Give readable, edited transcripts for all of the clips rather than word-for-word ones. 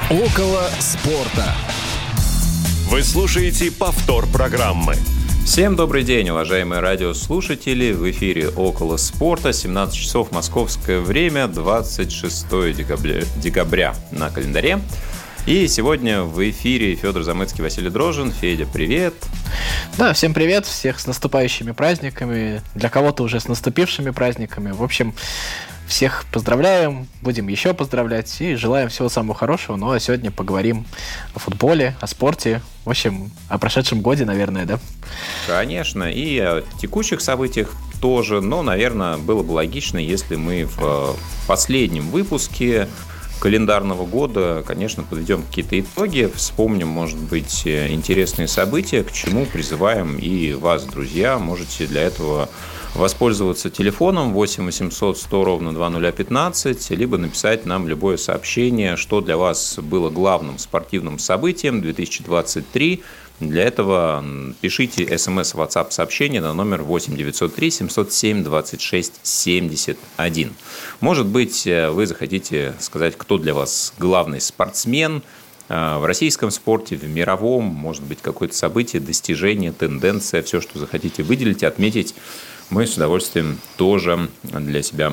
Около спорта. Вы слушаете повтор программы. Всем добрый день, уважаемые радиослушатели. В эфире «Около спорта», 17 часов московское время, 26 декабря на календаре. И сегодня в эфире Федор Замыцкий, Василий Дрожжин. Федя, привет. Да, всем привет, всех с наступающими праздниками, для кого-то уже с наступившими праздниками. В общем, всех поздравляем, будем еще поздравлять и желаем всего самого хорошего. Ну а сегодня поговорим о футболе, о спорте, в общем, о прошедшем годе, наверное, да? Конечно, и о текущих событиях тоже, но, наверное, было бы логично, если мы в последнем выпуске календарного года, конечно, подведем какие-то итоги, вспомним, может быть, интересные события, к чему призываем и вас, друзья. Можете для этого воспользоваться телефоном 8 800 100 ровно 2015, либо написать нам любое сообщение, что для вас было главным спортивным событием 2023. Для этого пишите смс, WhatsApp сообщение на номер 8 903 707 26 71. Может быть, вы захотите сказать, кто для вас главный спортсмен в российском спорте, в мировом, может быть, какое-то событие, достижение, тенденция, все, что захотите выделить, отметить, мы с удовольствием тоже для себя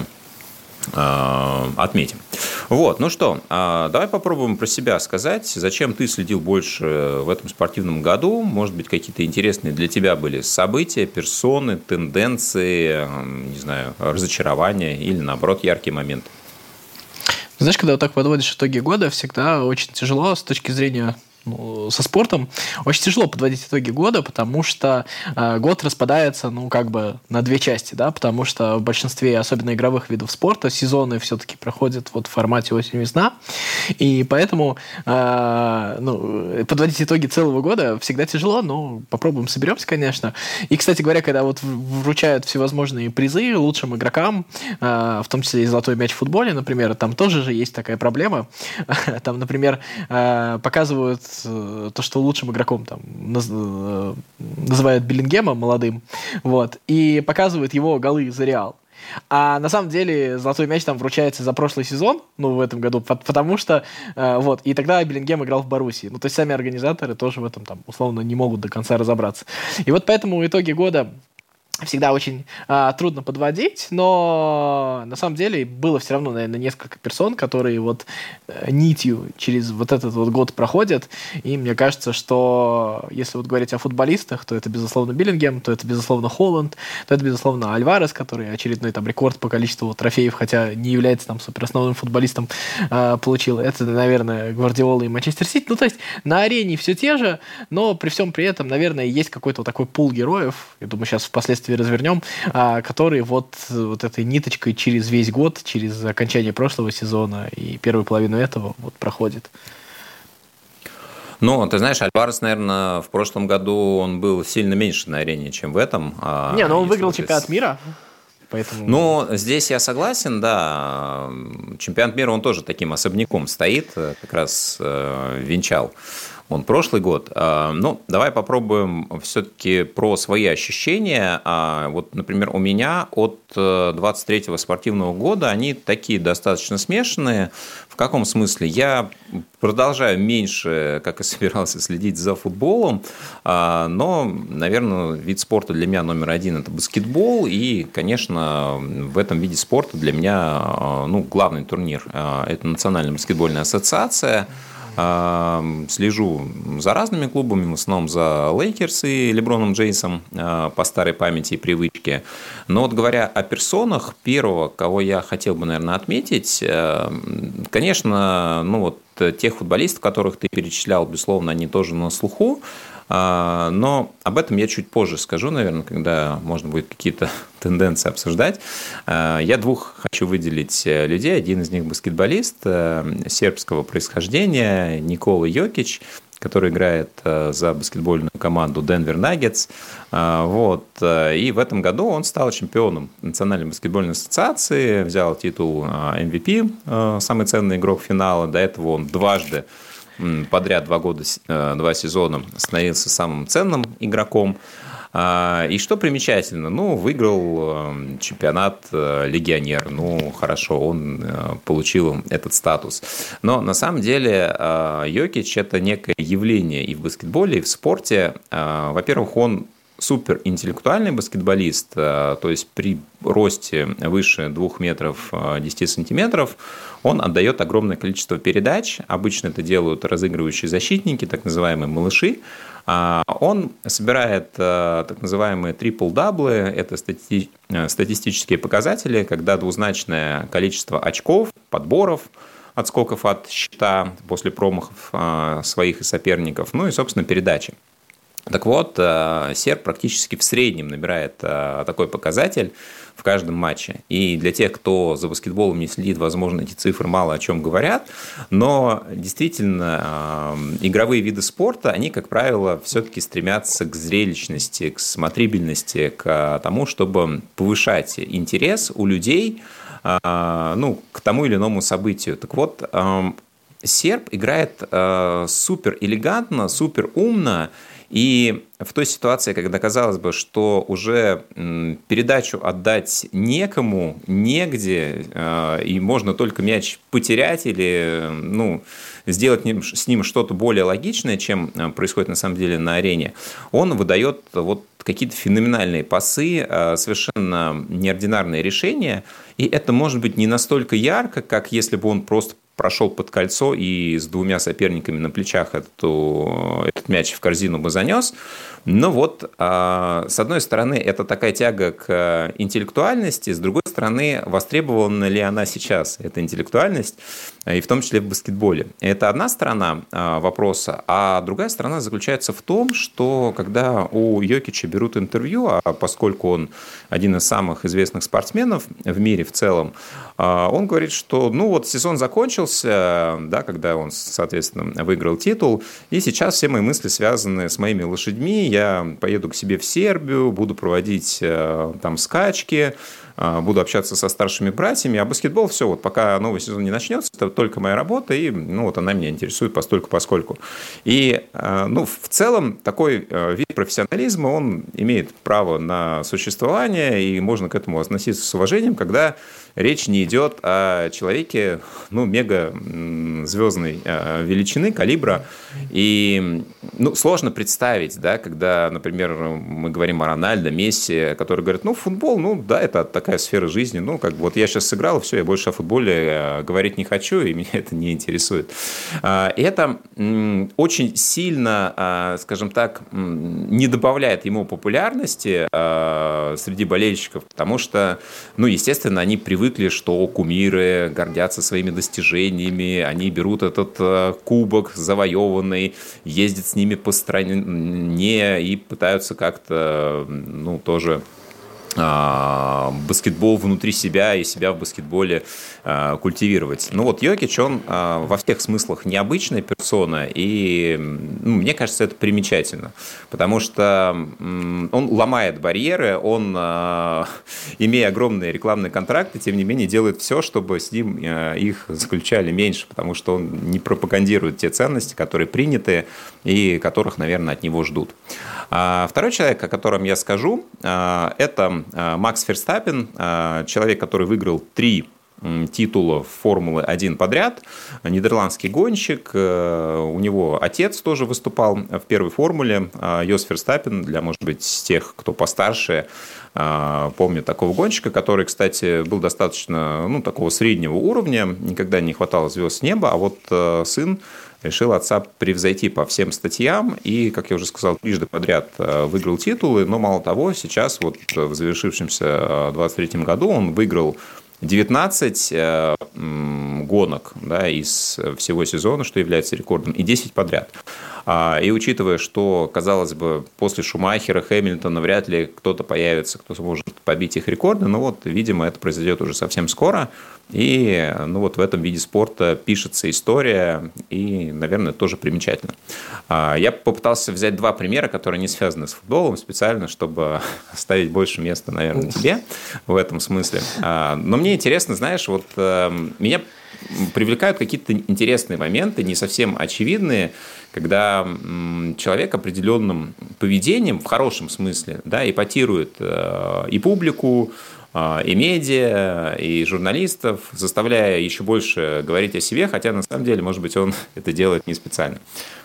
отметим. Вот, ну что, давай попробуем про себя сказать, зачем ты следил больше в этом спортивном году, может быть, какие-то интересные для тебя были события, персоны, тенденции, не знаю, разочарования или, наоборот, яркие моменты. Знаешь, когда вот так подводишь итоги года, всегда очень тяжело с точки зрения со спортом. Очень тяжело подводить итоги года, потому что год распадается, на две части, да, потому что в большинстве, особенно игровых видов спорта, сезоны все-таки проходят вот в формате осень-весна, и поэтому подводить итоги целого года всегда тяжело, но попробуем, соберемся, конечно. И, кстати говоря, когда вот вручают всевозможные призы лучшим игрокам, в том числе и золотой мяч в футболе, например, там тоже же есть такая проблема. Там, например, показывают то, что лучшим игроком там называют Беллингема молодым, вот, и показывают его голы за Реал. А на самом деле золотой мяч там вручается за прошлый сезон, в этом году, потому что, и тогда Беллингем играл в Боруссии. То есть сами организаторы тоже в этом, условно, не могут до конца разобраться. И вот поэтому итоги года всегда очень трудно подводить, но на самом деле было все равно, наверное, несколько персон, которые вот нитью через вот этот вот год проходят, и мне кажется, что если вот говорить о футболистах, то это, безусловно, Беллингем, то это, безусловно, Холланд, то это, безусловно, Альварес, который очередной там рекорд по количеству трофеев, хотя не является там суперосновным футболистом, получил. Это, наверное, Гвардиола и Манчестер Сити. То есть на арене все те же, но при всем при этом, наверное, есть какой-то вот такой пул героев, я думаю, сейчас впоследствии развернем, которые вот этой ниточкой через весь год, через окончание прошлого сезона и первую половину этого вот проходит. Ты знаешь, Альварес, наверное, в прошлом году он был сильно меньше на арене, чем в этом. Он выиграл чемпионат мира. Поэтому... здесь я согласен, да. Чемпионат мира, он тоже таким особняком стоит, как раз венчал он прошлый год. Давай попробуем все-таки про свои ощущения. Вот, например, у меня от 23-го спортивного года они такие достаточно смешанные. В каком смысле? Я продолжаю меньше, как и собирался, следить за футболом, но, наверное, вид спорта для меня номер один – это баскетбол, и, конечно, в этом виде спорта для меня главный турнир – это Национальная баскетбольная ассоциация. Слежу за разными клубами, в основном за Лейкерс и Леброном Джеймсом по старой памяти и привычке. Но вот говоря о персонах, первого, кого я хотел бы, наверное, отметить, конечно, тех футболистов, которых ты перечислял, безусловно, они тоже на слуху. Но об этом я чуть позже скажу, наверное, когда можно будет какие-то тенденции обсуждать. Я двух хочу выделить людей. Один из них баскетболист сербского происхождения Никола Йокич, который играет за баскетбольную команду Денвер Наггетс. И в этом году он стал чемпионом Национальной баскетбольной ассоциации, взял титул MVP, самый ценный игрок финала. До этого он дважды подряд 2 сезона становился самым ценным игроком. И что примечательно? Ну, выиграл чемпионат легионер. Ну, хорошо, он получил этот статус. Но на самом деле Йокич – это некое явление и в баскетболе, и в спорте. Во-первых, он суперинтеллектуальный баскетболист, то есть при росте выше 2 метров 10 сантиметров он отдает огромное количество передач. Обычно это делают разыгрывающие защитники, так называемые малыши. Он собирает так называемые трипл-даблы, это статистические показатели, когда двузначное количество очков, подборов, отскоков от щита после промахов своих и соперников, ну и, собственно, передачи. Так вот, серб практически в среднем набирает такой показатель в каждом матче. И для тех, кто за баскетболом не следит, возможно, эти цифры мало о чем говорят, но действительно игровые виды спорта, они, как правило, все-таки стремятся к зрелищности, к смотрибельности, к тому, чтобы повышать интерес у людей, ну, к тому или иному событию. Так вот, серб играет супер элегантно, супер умно. И в той ситуации, когда казалось бы, что уже передачу отдать некому, негде, и можно только мяч потерять или сделать с ним что-то более логичное, чем происходит на самом деле на арене, он выдает вот какие-то феноменальные пасы, совершенно неординарные решения, и это может быть не настолько ярко, как если бы он просто прошел под кольцо и с 2 соперниками на плечах этот мяч в корзину бы занес. Но вот, с одной стороны, это такая тяга к интеллектуальности, с другой стороны, востребована ли она сейчас, эта интеллектуальность, и в том числе в баскетболе. Это одна сторона вопроса, а другая сторона заключается в том, что когда у Йокича берут интервью, а поскольку он один из самых известных спортсменов в мире в целом, он говорит, что сезон закончился, да, когда он, соответственно, выиграл титул, и сейчас все мои мысли связаны с моими лошадьми, я поеду к себе в Сербию, буду проводить там скачки, буду общаться со старшими братьями, а баскетбол все, вот пока новый сезон не начнется, это только моя работа, и она меня интересует постольку-поскольку. И в целом такой вид профессионализма, он имеет право на существование, и можно к этому относиться с уважением, когда речь не идет о человеке мега звездной величины, калибра. И сложно представить, да, когда, например, мы говорим о Рональдо, Месси, которые говорят, футбол, да, это такая сфера жизни, вот я сейчас сыграл, и все, я больше о футболе говорить не хочу, и меня это не интересует. И это очень сильно, скажем так, не добавляет ему популярности среди болельщиков, потому что, естественно, они привыкли, что кумиры гордятся своими достижениями, они берут этот кубок завоеванный, ездят с ними по стране и пытаются как-то, тоже баскетбол внутри себя и себя в баскетболе культивировать. Йокич, он во всех смыслах необычная персона, и мне кажется, это примечательно, потому что он ломает барьеры, он, имея огромные рекламные контракты, тем не менее делает все, чтобы с ним их заключали меньше, потому что он не пропагандирует те ценности, которые приняты и которых, наверное, от него ждут. Второй человек, о котором я скажу, это Макс Ферстаппен, человек, который выиграл 3 титулов Формулы-1 подряд, нидерландский гонщик, у него отец тоже выступал в первой формуле, Йос Ферстаппен, для, может быть, тех, кто постарше, помню такого гонщика, который, кстати, был достаточно, такого среднего уровня, никогда не хватало звезд с неба, а вот сын решил отца превзойти по всем статьям и, как я уже сказал, 3 подряд выиграл титулы, но мало того, сейчас вот в завершившемся 2023 году он выиграл 19 гонок, да, из всего сезона, что является рекордом, и 10 подряд. И учитывая, что, казалось бы, после Шумахера, Хэмилтона вряд ли кто-то появится, кто сможет побить их рекорды, но видимо, это произойдет уже совсем скоро. И вот в этом виде спорта пишется история, и, наверное, тоже примечательно. Я попытался взять два примера, которые не связаны с футболом, специально, чтобы оставить больше места, наверное, тебе в этом смысле. Но мне интересно, знаешь, меня привлекают какие-то интересные моменты, не совсем очевидные, когда человек определенным поведением, в хорошем смысле, да, эпатирует и публику, и медиа, и журналистов, заставляя еще больше говорить о себе, хотя на самом деле, может быть, он это делает не специально.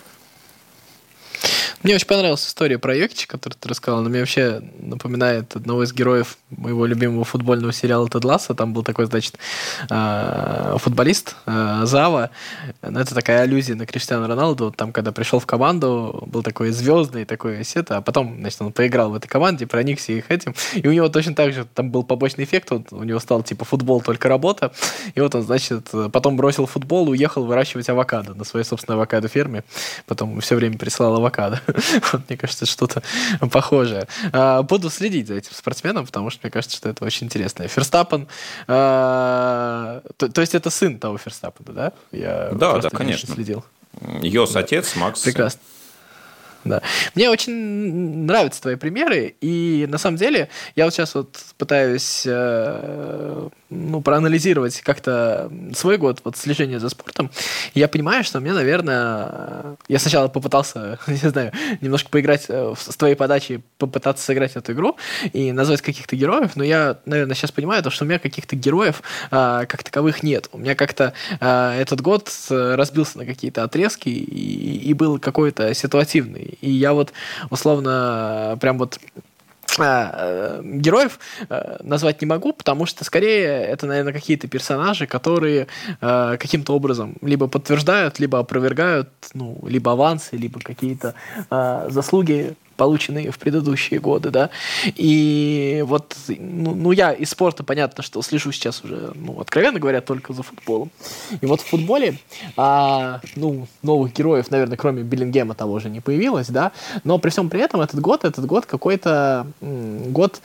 Мне очень понравилась история про Йокича, которую ты рассказал. Она мне вообще напоминает одного из героев моего любимого футбольного сериала «Тед Лассо». Там был такой, значит, футболист Зава. Это такая аллюзия на Криштиану Роналду. Там, когда пришел в команду, был такой звездный, такой сета, а потом, значит, он поиграл в этой команде, проникся их этим. И у него точно так же там был побочный эффект. У него стал типа футбол только работа. И вот он, значит, потом бросил футбол, уехал выращивать авокадо на своей собственной авокадо-ферме. Потом все время присылал авокадо. Вот, мне кажется, что-то похожее. Буду следить за этим спортсменом, потому что мне кажется, что это очень интересно. Ферстаппен, то есть это сын того Ферстаппена, да? Да, конечно. Следил. Йос отец, Макс. Прекрасно. Да. Мне очень нравятся твои примеры, и на самом деле я вот сейчас вот пытаюсь проанализировать как-то свой год слежения за спортом, и я понимаю, что мне, наверное, я сначала попытался, не знаю, немножко поиграть с твоей подачей, попытаться сыграть эту игру и назвать каких-то героев, но я, наверное, сейчас понимаю, что у меня каких-то героев как таковых нет. У меня как-то этот год разбился на какие-то отрезки и был какой-то ситуативный. И я условно прям героев назвать не могу, потому что скорее это, наверное, какие-то персонажи, которые каким-то образом либо подтверждают, либо опровергают, либо авансы, либо какие-то заслуги, полученные в предыдущие годы, да. И я из спорта, понятно, что слежу сейчас уже, откровенно говоря, только за футболом. И в футболе, новых героев, наверное, кроме Беллингема того же не появилось, да, но при всем при этом этот год какой-то год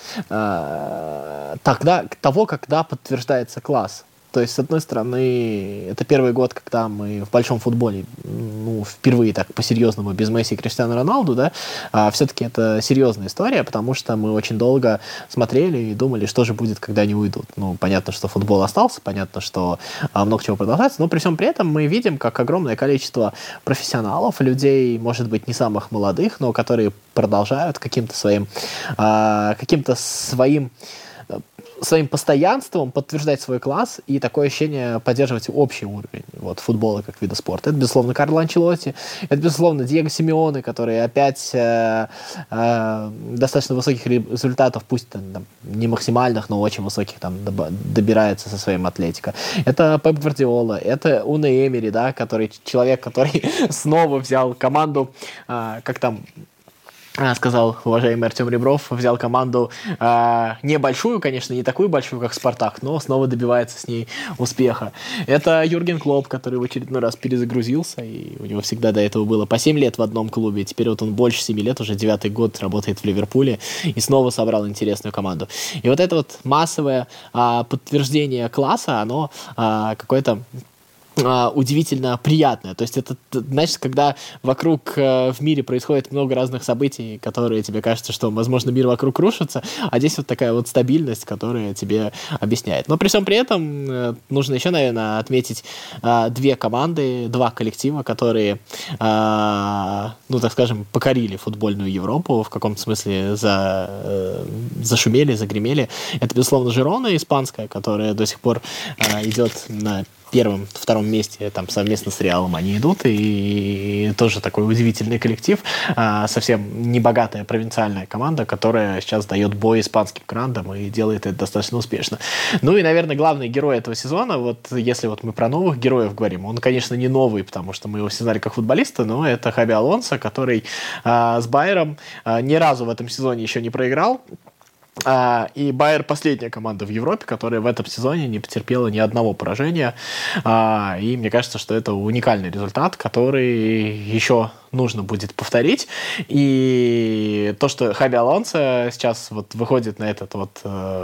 когда подтверждается класс. То есть, с одной стороны, это первый год, когда мы в большом футболе, впервые так по-серьезному, без Месси и Криштиану Роналду, да, все-таки это серьезная история, потому что мы очень долго смотрели и думали, что же будет, когда они уйдут. Понятно, что футбол остался, понятно, что много чего продолжается, но при всем при этом мы видим, как огромное количество профессионалов, людей, может быть, не самых молодых, но которые продолжают каким-то своим постоянством подтверждать свой класс и такое ощущение поддерживать общий уровень футбола как вида спорта. Это, безусловно, Карло Анчелотти, это, безусловно, Диего Симеоне, который опять достаточно высоких результатов, пусть не максимальных, но очень высоких добирается со своим Атлетико. Это Пеп Гвардиола, это Унai Эмери, да, человек, который снова взял команду, сказал уважаемый Артем Ребров, взял команду небольшую, конечно, не такую большую, как Спартак, но снова добивается с ней успеха. Это Юрген Клопп, который в очередной раз перезагрузился, и у него всегда до этого было по 7 лет в одном клубе, теперь он больше 7 лет, уже 9-й год работает в Ливерпуле, и снова собрал интересную команду. И это массовое подтверждение класса, оно какое-то удивительно приятное. То есть это, значит, когда вокруг в мире происходит много разных событий, которые тебе кажется, что, возможно, мир вокруг рушится, а здесь такая стабильность, которая тебе объясняет. Но при всем при этом нужно еще, наверное, отметить две команды, два коллектива, которые, так скажем, покорили футбольную Европу, в каком-то смысле зашумели, загремели. Это, безусловно, Жирона испанская, которая до сих пор идет на первом, втором месте, там совместно с Реалом они идут, и тоже такой удивительный коллектив, совсем небогатая провинциальная команда, которая сейчас дает бой испанским командам и делает это достаточно успешно. И, наверное, главный герой этого сезона, если мы про новых героев говорим, он, конечно, не новый, потому что мы его все знали как футболиста, но это Хаби Алонсо, который с Байером ни разу в этом сезоне еще не проиграл. И Байер последняя команда в Европе, которая в этом сезоне не потерпела ни одного поражения. И мне кажется, что это уникальный результат, который еще нужно будет повторить. И то, что Хаби Алонсо сейчас выходит на этот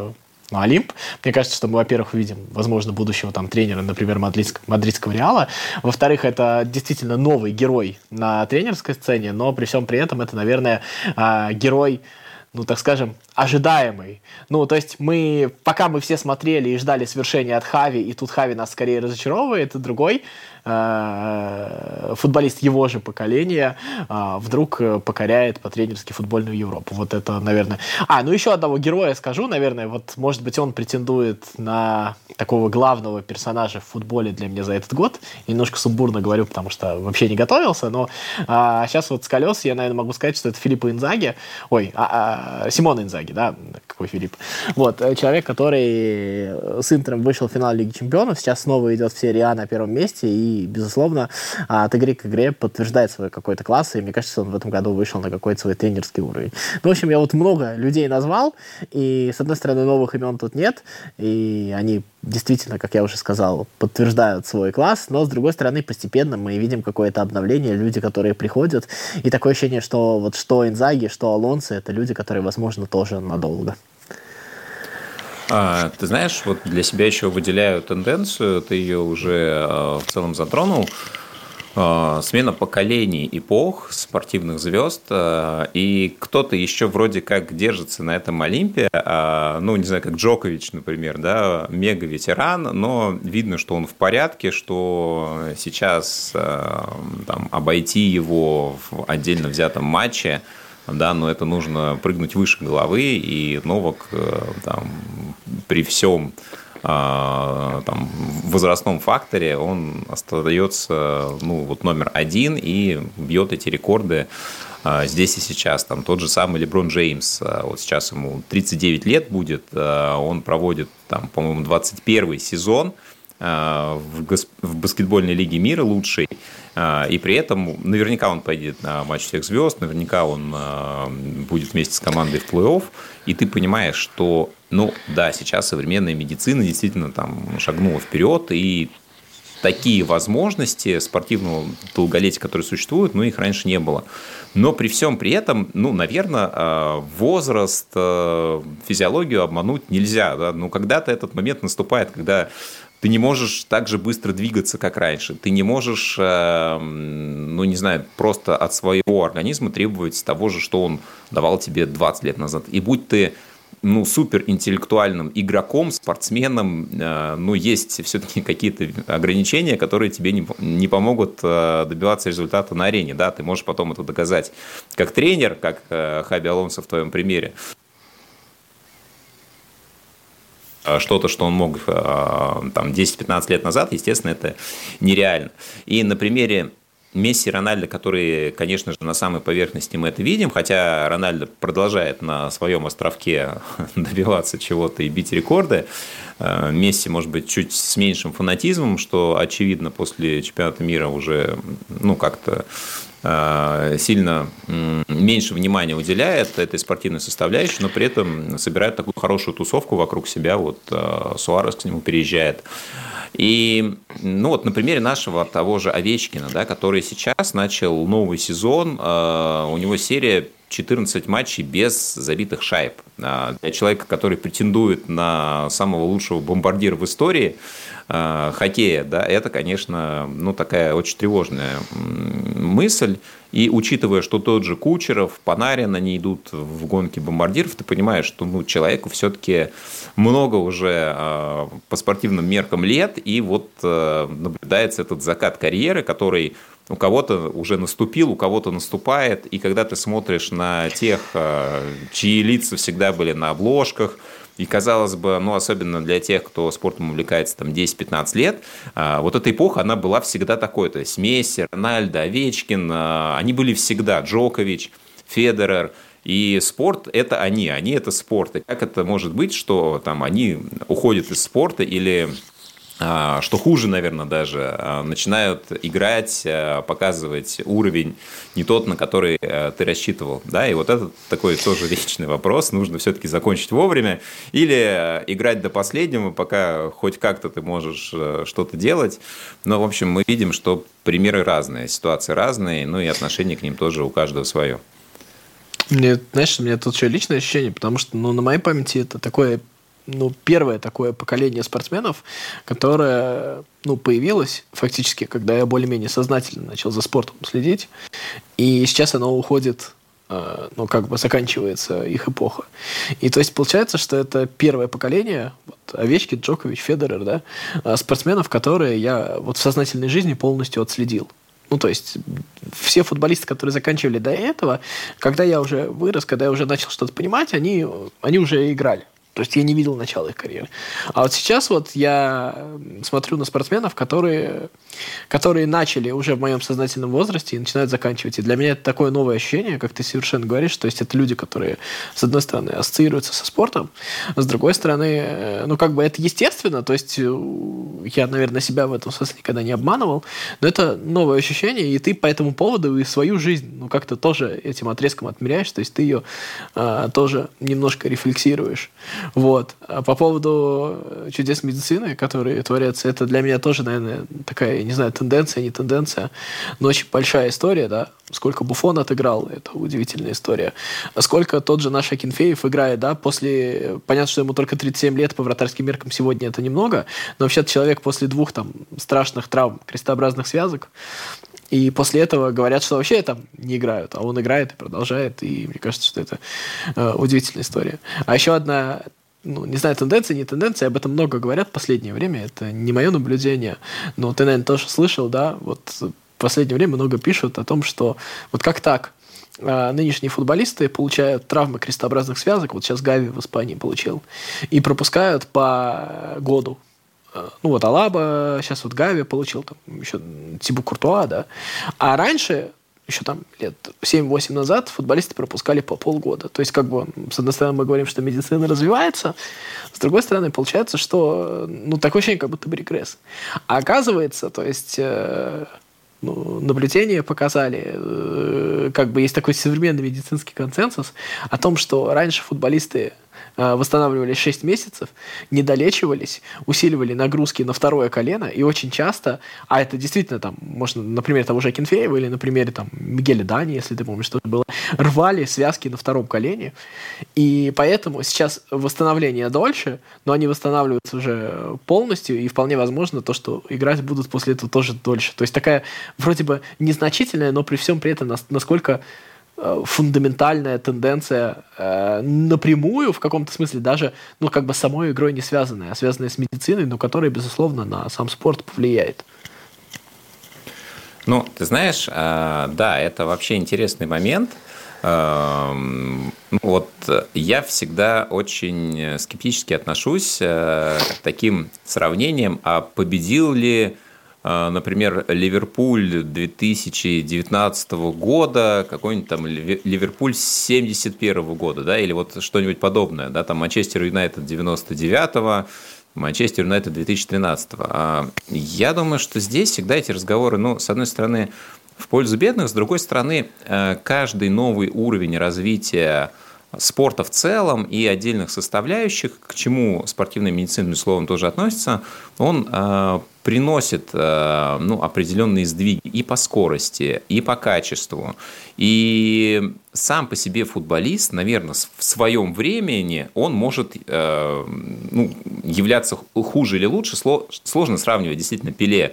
на Олимп. Мне кажется, что мы, во-первых, увидим, возможно, будущего там тренера, например, мадридского Реала. Во-вторых, это действительно новый герой на тренерской сцене, но при всем при этом это, наверное, герой, ну, так скажем, ожидаемый. Ну, то есть пока мы все смотрели и ждали свершения от Хави, и тут Хави нас скорее разочаровывает, и другой футболист его же поколения вдруг покоряет по-тренерски футбольную Европу. Вот это, наверное... ну еще одного героя скажу, наверное, вот, может быть, он претендует на такого главного персонажа в футболе для меня за этот год. Немножко сумбурно говорю, потому что вообще не готовился, но сейчас вот с колес я, наверное, могу сказать, что это Филиппо Инзаги. Симоне Инзаги, да? Какой Филипп? Вот, человек, который с Интером вышел в финал Лиги Чемпионов, сейчас снова идет в серии А на первом месте, и, безусловно, от игры к игре подтверждает свой какой-то класс, и мне кажется, он в этом году вышел на какой-то свой тренерский уровень. Ну, в общем, я вот много людей назвал, и, с одной стороны, новых имен тут нет, и они действительно, как я уже сказал, подтверждают свой класс, но, с другой стороны, постепенно мы видим какое-то обновление, люди, которые приходят, и такое ощущение, что вот что Инзаги, что Алонсо, это люди, которые, возможно, тоже надолго. Ты знаешь, вот для себя еще выделяю тенденцию, ты ее уже в целом затронул, смена поколений, эпох, спортивных звезд, и кто-то еще вроде как держится на этом Олимпе, ну, не знаю, как Джокович, например, да, мега-ветеран, но видно, что он в порядке, что сейчас там, обойти его в отдельно взятом матче, да, но это нужно прыгнуть выше головы, и Новак там, при всем там, возрастном факторе он остается, ну, вот номер один и бьет эти рекорды здесь и сейчас. Там тот же самый Леброн Джеймс, вот сейчас ему 39 лет будет, он проводит, там, по-моему, 21-й сезон в баскетбольной лиге мира лучший, и при этом наверняка он пойдет на матч всех звезд, наверняка он будет вместе с командой в плей-офф, и ты понимаешь, что, ну да, сейчас современная медицина действительно там шагнула вперед, и такие возможности спортивного долголетия, которые существуют, ну, их раньше не было. Но при всем при этом, ну, наверное, возраст, физиологию обмануть нельзя. Да? Ну, когда-то этот момент наступает, когда ты не можешь так же быстро двигаться, как раньше. Ты не можешь, ну, не знаю, просто от своего организма требовать того же, что он давал тебе 20 лет назад. И будь ты, ну, суперинтеллектуальным игроком, спортсменом, ну, есть все-таки какие-то ограничения, которые тебе не помогут добиваться результата на арене. Да? Ты можешь потом это доказать как тренер, как Хаби Алонсо в твоем примере. Что-то, что он мог там 10-15 лет назад, естественно, это нереально. И на примере Месси и Рональдо, которые, конечно же, на самой поверхности мы это видим, хотя Рональдо продолжает на своем островке добиваться чего-то и бить рекорды. Месси, может быть, чуть с меньшим фанатизмом, что, очевидно, после чемпионата мира уже, ну, как-то сильно меньше внимания уделяет этой спортивной составляющей, но при этом собирает такую хорошую тусовку вокруг себя. Вот Суарес к нему переезжает. И, ну, вот на примере нашего того же Овечкина, да, который сейчас начал новый сезон, у него серия 14 матчей без забитых шайб. Для человека, который претендует на самого лучшего бомбардира в истории хоккея, да, это, конечно, ну, такая очень тревожная мысль. И учитывая, что тот же Кучеров, Панарин, они идут в гонке бомбардиров, ты понимаешь, что, ну, человеку все-таки много уже по спортивным меркам лет, и вот наблюдается этот закат карьеры, который у кого-то уже наступил, у кого-то наступает, и когда ты смотришь на тех, чьи лица всегда были на обложках, и, казалось бы, ну, особенно для тех, кто спортом увлекается там 10-15 лет, вот эта эпоха, она была всегда такой. То есть Месси, Рональдо, Овечкин, они были всегда, Джокович, Федерер. И спорт – это они это спорт. И как это может быть, что там они уходят из спорта или... Что хуже, наверное, даже, начинают играть, показывать уровень не тот, на который ты рассчитывал. Да? И вот это такой тоже вечный вопрос. Нужно все-таки закончить вовремя или играть до последнего, пока хоть как-то ты можешь что-то делать. Но, в общем, мы видим, что примеры разные, ситуации разные, ну и отношение к ним тоже у каждого свое. Мне, знаешь, у меня тут еще личное ощущение, потому что, ну, на моей памяти это такое первое такое поколение спортсменов, которое появилось фактически, когда я более-менее сознательно начал за спортом следить. И сейчас оно уходит, заканчивается их эпоха. И то есть получается, что это первое поколение, Овечкин, Джокович, Федерер, да, спортсменов, которые я в сознательной жизни полностью отследил. То есть все футболисты, которые заканчивали до этого, когда я уже вырос, когда я уже начал что-то понимать, они уже играли. То есть я не видел начала их карьеры. А вот сейчас я смотрю на спортсменов, которые начали уже в моем сознательном возрасте и начинают заканчивать. И для меня это такое новое ощущение, как ты совершенно говоришь. То есть это люди, которые, с одной стороны, ассоциируются со спортом, а с другой стороны, это естественно. То есть я, наверное, себя в этом смысле никогда не обманывал. Но это новое ощущение, и ты по этому поводу и свою жизнь как-то тоже этим отрезком отмеряешь. То есть ты ее тоже немножко рефлексируешь. А по поводу чудес медицины, которые творятся, это для меня тоже, наверное, такая, я не знаю, тенденция, не тенденция, но очень большая история, да. Сколько Буфон отыграл, это удивительная история. Сколько тот же наш Акинфеев играет, да, понятно, что ему только 37 лет, по вратарским меркам сегодня это немного, но вообще-то человек после 2 страшных травм крестообразных связок, и после этого говорят, что вообще там не играют, а он играет и продолжает, и мне кажется, что это удивительная история. А еще одна, не знаю, тенденция, не тенденция, об этом много говорят в последнее время, это не мое наблюдение, но ты, наверное, тоже слышал, да, в последнее время много пишут о том, что как так, нынешние футболисты получают травмы крестообразных связок, сейчас Гави в Испании получил, и пропускают по году. Алаба, сейчас Гави получил, еще Тибу Куртуа, да. А раньше, еще лет 7-8 назад, футболисты пропускали по полгода. То есть, с одной стороны, мы говорим, что медицина развивается, с другой стороны, получается, что, такое ощущение, как будто бы регресс. А оказывается, то есть, наблюдения показали, есть такой современный медицинский консенсус о том, что раньше футболисты восстанавливались 6 месяцев, не долечивались, усиливали нагрузки на второе колено, и очень часто, а это действительно можно, например, того же Акинфеева или, например, Мигеля Дани, если ты помнишь, что это было, рвали связки на втором колене, и поэтому сейчас восстановление дольше, но они восстанавливаются уже полностью, и вполне возможно то, что играть будут после этого тоже дольше. То есть такая вроде бы незначительная, но при всем при этом насколько фундаментальная тенденция напрямую, в каком-то смысле, даже, с самой игрой не связанная, а связанная с медициной, но которая, безусловно, на сам спорт повлияет. Ты знаешь, да, это вообще интересный момент. Я всегда очень скептически отношусь к таким сравнениям, а победил ли, например, Ливерпуль 2019 года, какой-нибудь Ливерпуль 71 года, да, или что-нибудь подобное, да, Манчестер Юнайтед 99-го, Манчестер Юнайтед 2013-го. Я думаю, что здесь всегда эти разговоры, с одной стороны, в пользу бедных, с другой стороны, каждый новый уровень развития спорта в целом и отдельных составляющих, к чему спортивная медицина, безусловно, тоже относится, он приносит определенные сдвиги и по скорости, и по качеству. И сам по себе футболист, наверное, в своем времени он может являться хуже или лучше. Сложно сравнивать действительно Пеле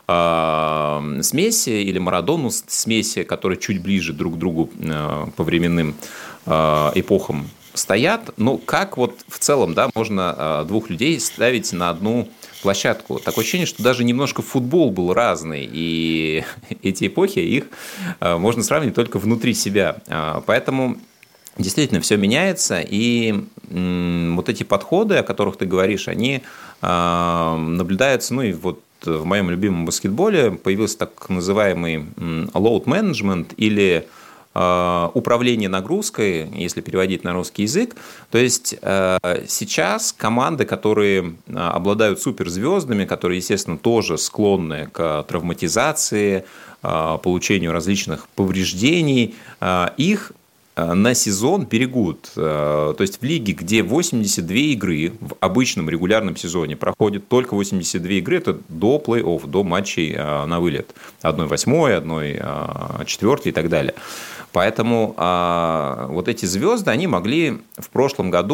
с Месси или Марадону с Месси, которые чуть ближе друг к другу по временным эпохам стоят. Но как в целом, да, можно двух людей ставить на одну площадку? Такое ощущение, что даже немножко футбол был разный, и эти эпохи, их можно сравнивать только внутри себя. Поэтому действительно все меняется, и эти подходы, о которых ты говоришь, они наблюдаются, в моем любимом баскетболе появился так называемый load management или управление нагрузкой, если переводить на русский язык. То есть сейчас команды, которые обладают суперзвездами, которые, естественно, тоже склонны к травматизации, получению различных повреждений, их на сезон берегут. То есть в лиге, где 82 игры в обычном регулярном сезоне проходит только 82 игры, это до плей-офф, до матчей на вылет. 1/8, 1/4 и так далее. Поэтому эти звезды, они могли в прошлом году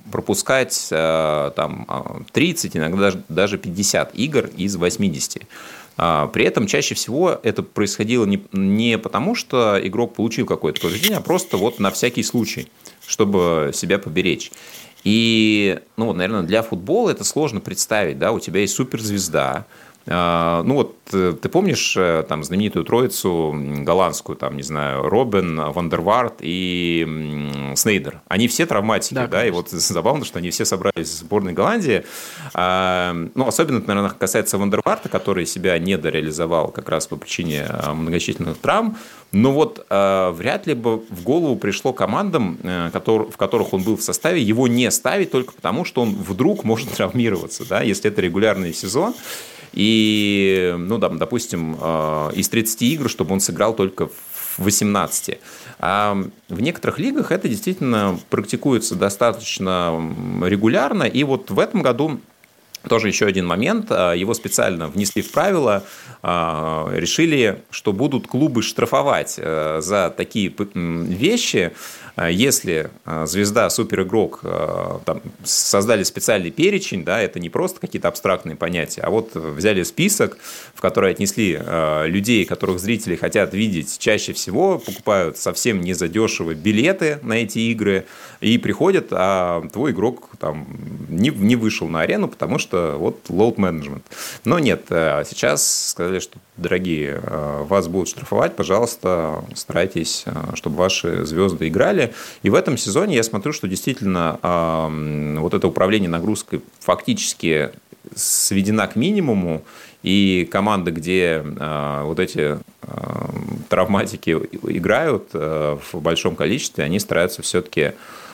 пропускать там 30, иногда даже 50 игр из 80. При этом чаще всего это происходило не потому, что игрок получил какое-то повреждение, а просто вот на всякий случай, чтобы себя поберечь. И, наверное, для футбола это сложно представить, да, у тебя есть суперзвезда. Ты помнишь там знаменитую троицу голландскую, там, не знаю, Робben, Ван дер Варт и Снейдер. Они все травматики, да, и вот забавно, что они все собрались в сборной Голландии. Особенно, наверное, касается Ван дер Варта, который себя недореализовал как раз по причине многочисленных травм. Но вот вряд ли бы в голову пришло командам, в которых он был в составе, его не ставить только потому, что он вдруг может травмироваться, да, если это регулярный сезон. И, допустим, из 30 игр, чтобы он сыграл только в 18. А в некоторых лигах это действительно практикуется достаточно регулярно. И вот в этом году тоже еще один момент. Его специально внесли в правила. Решили, что будут клубы штрафовать за такие вещи, если звезда, суперигрок там, создали специальный перечень, да, это не просто какие-то абстрактные понятия, а вот взяли список, в который отнесли людей, которых зрители хотят видеть чаще всего, покупают совсем не задешево билеты на эти игры и приходят, а твой игрок там не вышел на арену, потому что вот load management. Но нет, сейчас сказали, что, дорогие, вас будут штрафовать, пожалуйста, старайтесь, чтобы ваши звезды играли. И в этом сезоне я смотрю, что действительно вот это управление нагрузкой фактически сведена к минимуму, и команды, где вот эти травматики играют в большом количестве, они стараются все-таки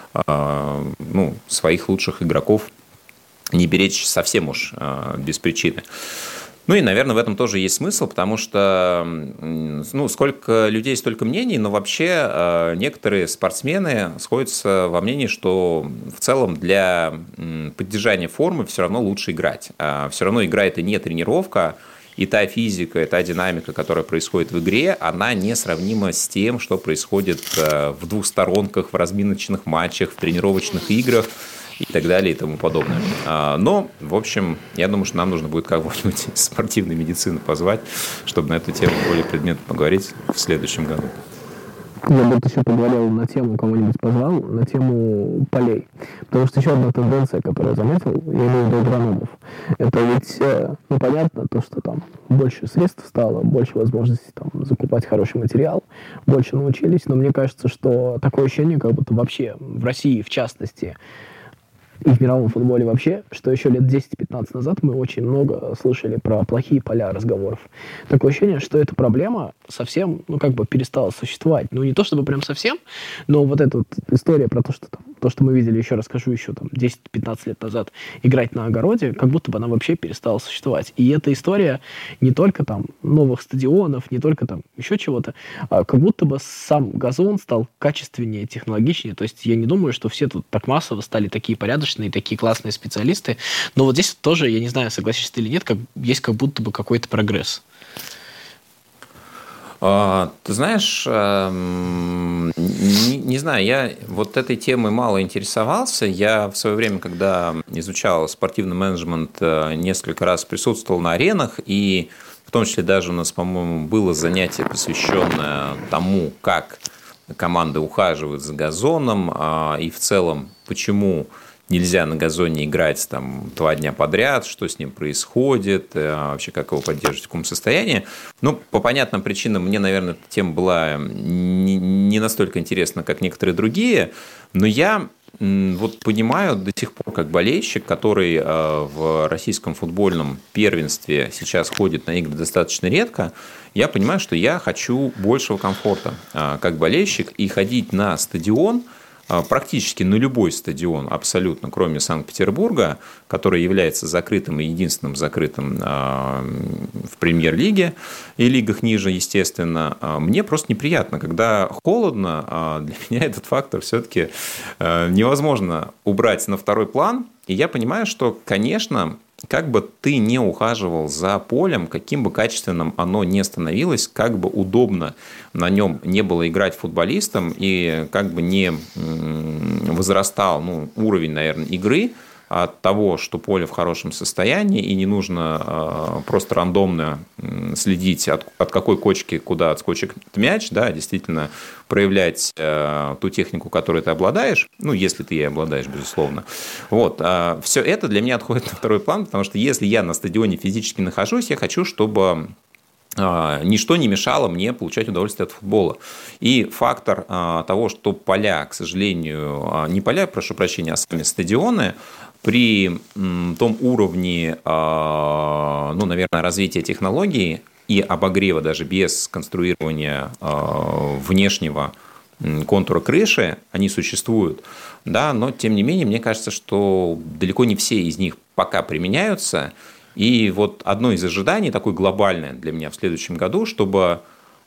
своих лучших игроков не беречь совсем уж без причины. И, наверное, в этом тоже есть смысл, потому что, сколько людей, столько мнений, но вообще некоторые спортсмены сходятся во мнении, что в целом для поддержания формы все равно лучше играть. Все равно игра – это не тренировка, и та физика, и та динамика, которая происходит в игре, она несравнима с тем, что происходит в двухсторонках, в разминочных матчах, в тренировочных играх и так далее и тому подобное. Но, в общем, я думаю, что нам нужно будет кого-нибудь из спортивной медицины позвать, чтобы на эту тему более предметно поговорить в следующем году. Я бы еще поговорил на тему, кого-нибудь позвал, на тему полей. Потому что еще одна тенденция, которую я заметил, я имею в виду агрономов, это ведь, понятно, то, что там больше средств стало, больше возможностей там закупать хороший материал, больше научились, но мне кажется, что такое ощущение, как будто вообще в России, в частности, и в мировом футболе вообще, что еще лет 10-15 назад мы очень много слышали про плохие поля разговоров. Такое ощущение, что эта проблема совсем, перестала существовать. Не то чтобы прям совсем, но вот эта вот история про то, что мы видели, еще расскажу, еще 10-15 лет назад, играть на огороде, как будто бы она вообще перестала существовать. И эта история не только новых стадионов, не только еще чего-то, а как будто бы сам газон стал качественнее, технологичнее. То есть я не думаю, что все тут так массово стали такие порядочные, такие классные специалисты. Но вот здесь тоже, я не знаю, согласишься ты или нет, есть как будто бы какой-то прогресс. Ты знаешь, не знаю, я вот этой темой мало интересовался. Я в свое время, когда изучал спортивный менеджмент, несколько раз присутствовал на аренах, и в том числе даже у нас, по-моему, было занятие, посвященное тому, как команды ухаживают за газоном, и в целом, почему нельзя на газоне играть 2 дня подряд, что с ним происходит, вообще как его поддерживать, в каком состоянии. По понятным причинам мне, наверное, эта тема была не настолько интересна, как некоторые другие, но я понимаю до сих пор, как болельщик, который в российском футбольном первенстве сейчас ходит на игры достаточно редко, я понимаю, что я хочу большего комфорта как болельщик, и ходить на стадион, практически на любой стадион, абсолютно, кроме Санкт-Петербурга, который является закрытым и единственным закрытым в премьер-лиге и лигах ниже, естественно, мне просто неприятно. Когда холодно, для меня этот фактор все-таки невозможно убрать на второй план. И я понимаю, что, конечно, как бы ты не ухаживал за полем, каким бы качественным оно ни становилось, как бы удобно на нем не было играть футболистам и как бы не возрастал уровень, наверное, игры от того, что поле в хорошем состоянии, и не нужно просто рандомно следить, от какой кочки куда отскочит мяч, да, действительно проявлять ту технику, которой ты обладаешь, если ты ей обладаешь, безусловно. Вот. Все это для меня отходит на второй план, потому что если я на стадионе физически нахожусь, я хочу, чтобы ничто не мешало мне получать удовольствие от футбола. И фактор того, что поля, к сожалению, не поля, прошу прощения, а сами стадионы, при том уровне, наверное, развития технологий и обогрева даже без конструирования внешнего контура крыши, они существуют, да, но тем не менее, мне кажется, что далеко не все из них пока применяются. И вот одно из ожиданий, такое глобальное для меня в следующем году, чтобы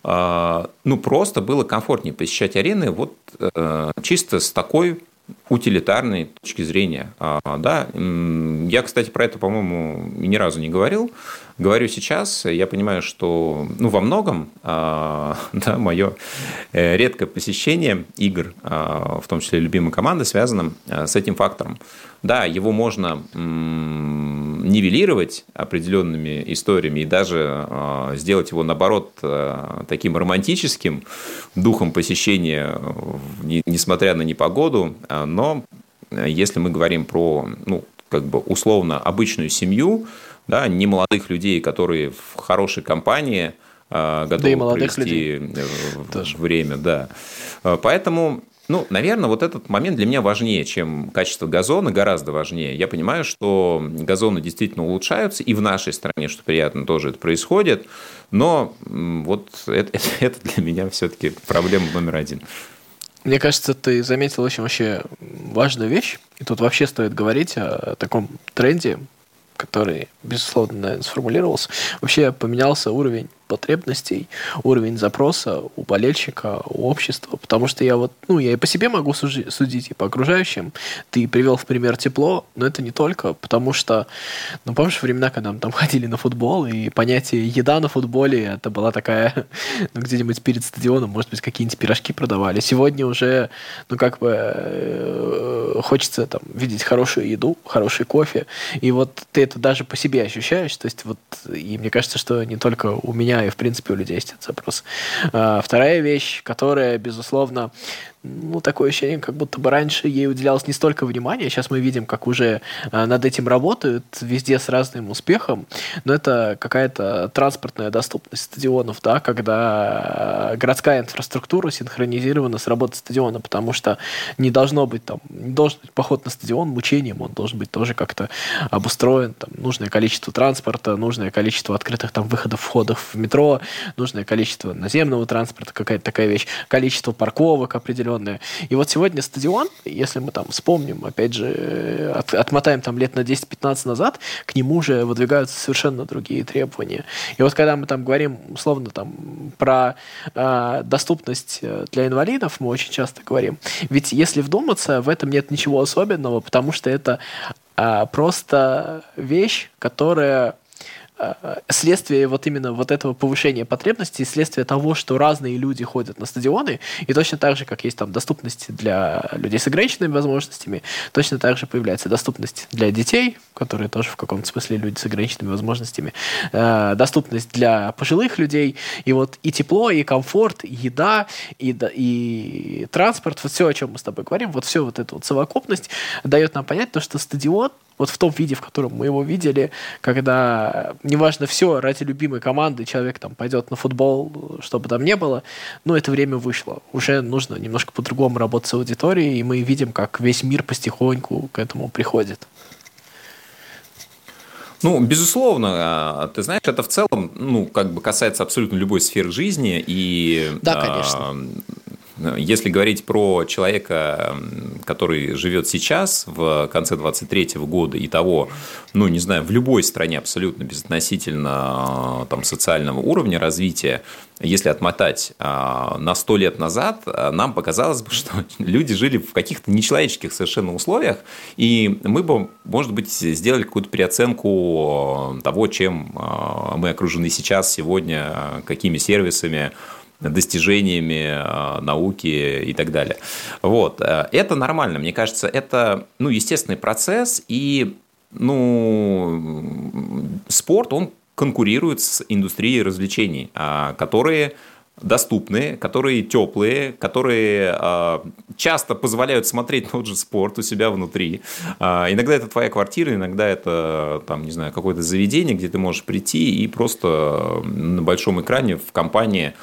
просто было комфортнее посещать арены чисто с такой утилитарной точки зрения. Да. Я, кстати, про это, по-моему, ни разу не говорил. Говорю сейчас. Я понимаю, что во многом мое редкое посещение игр, в том числе любимой команды, связано с этим фактором. Да, его можно нивелировать определенными историями и даже сделать его, наоборот, таким романтическим духом посещения, несмотря на непогоду. Но если мы говорим про, условно, обычную семью, да, не молодых людей, которые в хорошей компании готовы провести время. Да. Поэтому... наверное, вот этот момент для меня важнее, чем качество газона, гораздо важнее. Я понимаю, что газоны действительно улучшаются, и в нашей стране, что приятно, тоже это происходит, но вот это для меня все-таки проблема номер один. Мне кажется, ты заметил очень вообще важную вещь, и тут вообще стоит говорить о таком тренде, который, безусловно, наверное, сформулировался. Вообще поменялся уровень потребностей, уровень запроса у болельщика, у общества, потому что я и по себе могу судить, и по окружающим. Ты привел в пример тепло, но это не только, потому что, помнишь времена, когда мы там ходили на футбол, и понятие еда на футболе, это была такая, где-нибудь перед стадионом, может быть, какие-нибудь пирожки продавали. Сегодня уже, хочется там видеть хорошую еду, хороший кофе, и ты это даже по себе ощущаешь, то есть и мне кажется, что не только у меня, и в принципе у людей есть этот запрос. Вторая вещь, которая, безусловно, такое ощущение, как будто бы раньше ей уделялось не столько внимания. Сейчас мы видим, как уже над этим работают везде с разным успехом. Но это какая-то транспортная доступность стадионов, да, когда городская инфраструктура синхронизирована с работой стадиона, потому что не должен быть поход на стадион мучением, он должен быть тоже как-то обустроен. Там нужное количество транспорта, нужное количество открытых там выходов, входов в метро, нужное количество наземного транспорта, какая-то такая вещь, количество парковок определенное. И сегодня стадион, если мы там вспомним, опять же, отмотаем там лет на 10-15 назад, к нему уже выдвигаются совершенно другие требования. И когда мы там говорим, условно, там, про доступность для инвалидов, мы очень часто говорим. Ведь если вдуматься, в этом нет ничего особенного, потому что это просто вещь, которая следствие именно этого повышения потребностей, следствие того, что разные люди ходят на стадионы, и точно так же, как есть там доступность для людей с ограниченными возможностями, точно так же появляется доступность для детей, которые тоже в каком-то смысле люди с ограниченными возможностями, доступность для пожилых людей, и тепло, и комфорт, и еда, и транспорт, все, о чем мы с тобой говорим, все эта совокупность дает нам понять, что стадион в том виде, в котором мы его видели, когда неважно все, ради любимой команды человек там пойдет на футбол, что бы там ни было, это время вышло. Уже нужно немножко по-другому работать с аудиторией, и мы видим, как весь мир потихоньку к этому приходит. Безусловно, ты знаешь, это в целом, касается абсолютно любой сферы жизни, и да, конечно. если говорить про человека, который живет сейчас, в конце 23-го года и того, ну, не знаю, в любой стране абсолютно безотносительно там, социального уровня развития, если отмотать на 100 лет назад, нам показалось бы, что люди жили в каких-то нечеловеческих совершенно условиях, и мы бы, может быть, сделали какую-то переоценку того, чем мы окружены сейчас, сегодня, какими сервисами, достижениями науки и так далее. Вот. Это нормально. Мне кажется, это естественный процесс, и спорт, он конкурирует с индустрией развлечений, которые доступные, которые теплые, которые часто позволяют смотреть тот же спорт у себя внутри. Иногда это твоя квартира, иногда это, там, не знаю, какое-то заведение, где ты можешь прийти и просто на большом экране в компании,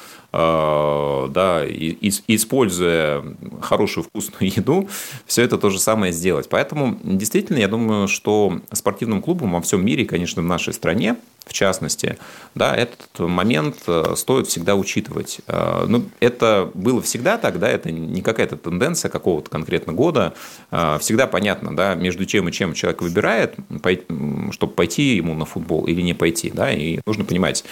да, используя хорошую вкусную еду, все это то же самое сделать. Поэтому, действительно, я думаю, что спортивным клубам во всем мире, конечно, в нашей стране, в частности, да, этот момент стоит всегда учитывать. Это было всегда так, да, это не какая-то тенденция какого-то конкретного года. Всегда понятно, да, между чем и чем человек выбирает, чтобы пойти ему на футбол или не пойти, да, и нужно понимать,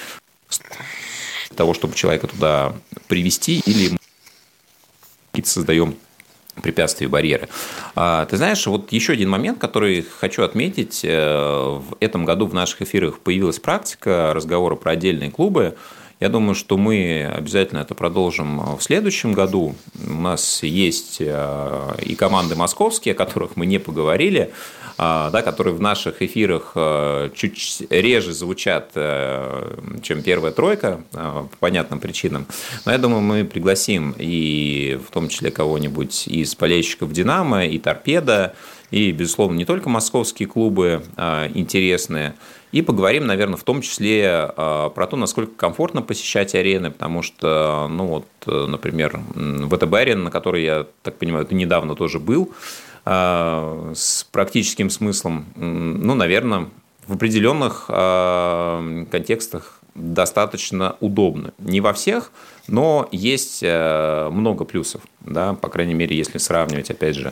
того, чтобы человека туда привести, или какие-то создаем препятствия, барьеры. Ты знаешь, вот еще один момент, который хочу отметить. В этом году в наших эфирах появилась практика разговора про отдельные клубы. Я думаю, что мы обязательно это продолжим в следующем году. У нас есть и команды московские, о которых мы не поговорили, да, которые в наших эфирах чуть реже звучат, чем первая тройка, по понятным причинам. Но я думаю, мы пригласим и в том числе кого-нибудь из болельщиков «Динамо», и «Торпедо», и, безусловно, не только московские клубы интересные. И поговорим, наверное, в том числе про то, насколько комфортно посещать арены, потому что, например, ВТБ-арена, на которой, я так понимаю, ты недавно тоже был, с практическим смыслом, наверное, в определенных контекстах достаточно удобно. Не во всех, но есть много плюсов, да, по крайней мере, если сравнивать, опять же,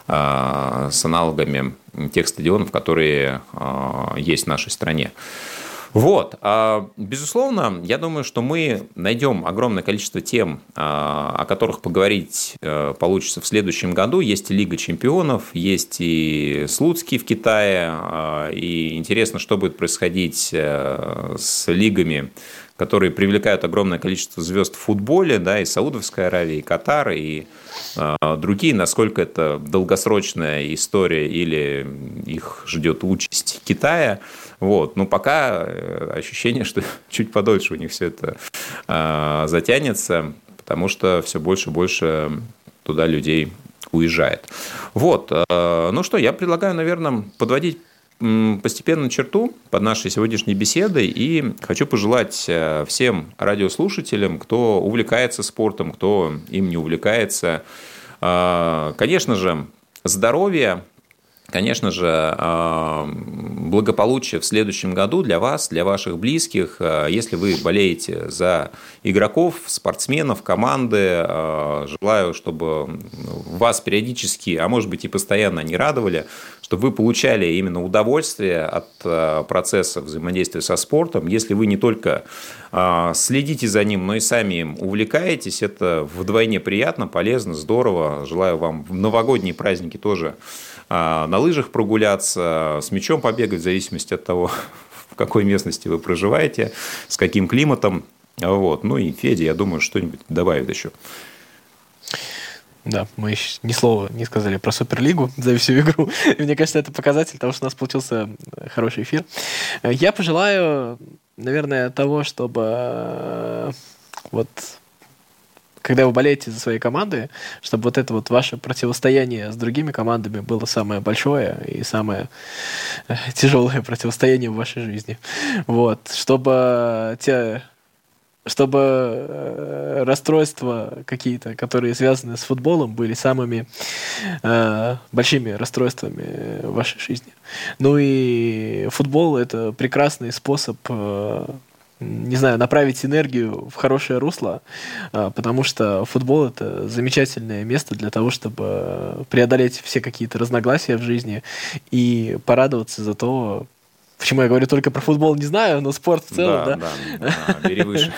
с аналогами тех стадионов, которые есть в нашей стране. Вот. Безусловно, я думаю, что мы найдем огромное количество тем, о которых поговорить получится в следующем году. Есть и Лига чемпионов, есть и Слуцкий в Китае, и интересно, что будет происходить с лигами, которые привлекают огромное количество звезд в футболе, да, и Саудовская Аравия, и Катар, и другие, насколько это долгосрочная история или их ждет участь Китая. Вот. Но пока ощущение, что чуть подольше у них все это затянется, потому что все больше и больше туда людей уезжает. Вот. Ну что, я предлагаю, наверное, подводить постепенно черту под нашей сегодняшней беседой, и хочу пожелать всем радиослушателям, кто увлекается спортом, кто им не увлекается, конечно же, здоровья, конечно же, благополучия в следующем году для вас, для ваших близких. Если вы болеете за игроков, спортсменов, команды, желаю, чтобы вас периодически, а может быть и постоянно они радовали, чтобы вы получали именно удовольствие от процесса взаимодействия со спортом. Если вы не только следите за ним, но и сами им увлекаетесь, это вдвойне приятно, полезно, здорово. Желаю вам в новогодние праздники тоже на лыжах прогуляться, с мячом побегать, в зависимости от того, в какой местности вы проживаете, с каким климатом. Вот. Ну и Федя, я думаю, что-нибудь добавит еще. Да, мы еще ни слова не сказали про Суперлигу за всю игру. И мне кажется, это показатель того, что у нас получился хороший эфир. Я пожелаю, наверное, того, чтобы когда вы болеете за свои команды, чтобы вот это вот ваше противостояние с другими командами было самое большое и самое тяжелое противостояние в вашей жизни. Вот. Чтобы расстройства какие-то, которые связаны с футболом, были самыми большими расстройствами в вашей жизни. Ну и футбол — это прекрасный способ не знаю, направить энергию в хорошее русло, потому что футбол — это замечательное место для того, чтобы преодолеть все какие-то разногласия в жизни и порадоваться за то, почему я говорю только про футбол, не знаю, но спорт в целом, да, бери выше.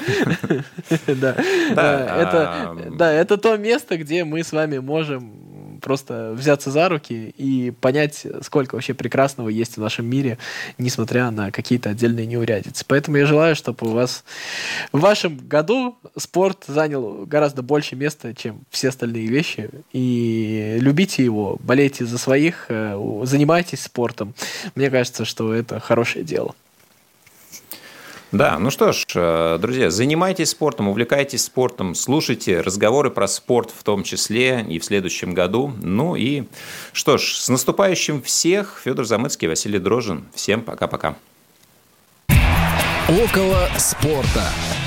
Это то место, где мы с вами можем просто взяться за руки и понять, сколько вообще прекрасного есть в нашем мире, несмотря на какие-то отдельные неурядицы. Поэтому я желаю, чтобы у вас в вашем году спорт занял гораздо больше места, чем все остальные вещи. И любите его, болейте за своих, занимайтесь спортом. Мне кажется, что это хорошее дело. Да, ну что ж, друзья, занимайтесь спортом, увлекайтесь спортом, слушайте разговоры про спорт в том числе и в следующем году. Ну и что ж, с наступающим всех. Федор Замыцкий, Василий Дрожжин. Всем пока-пока. Около спорта.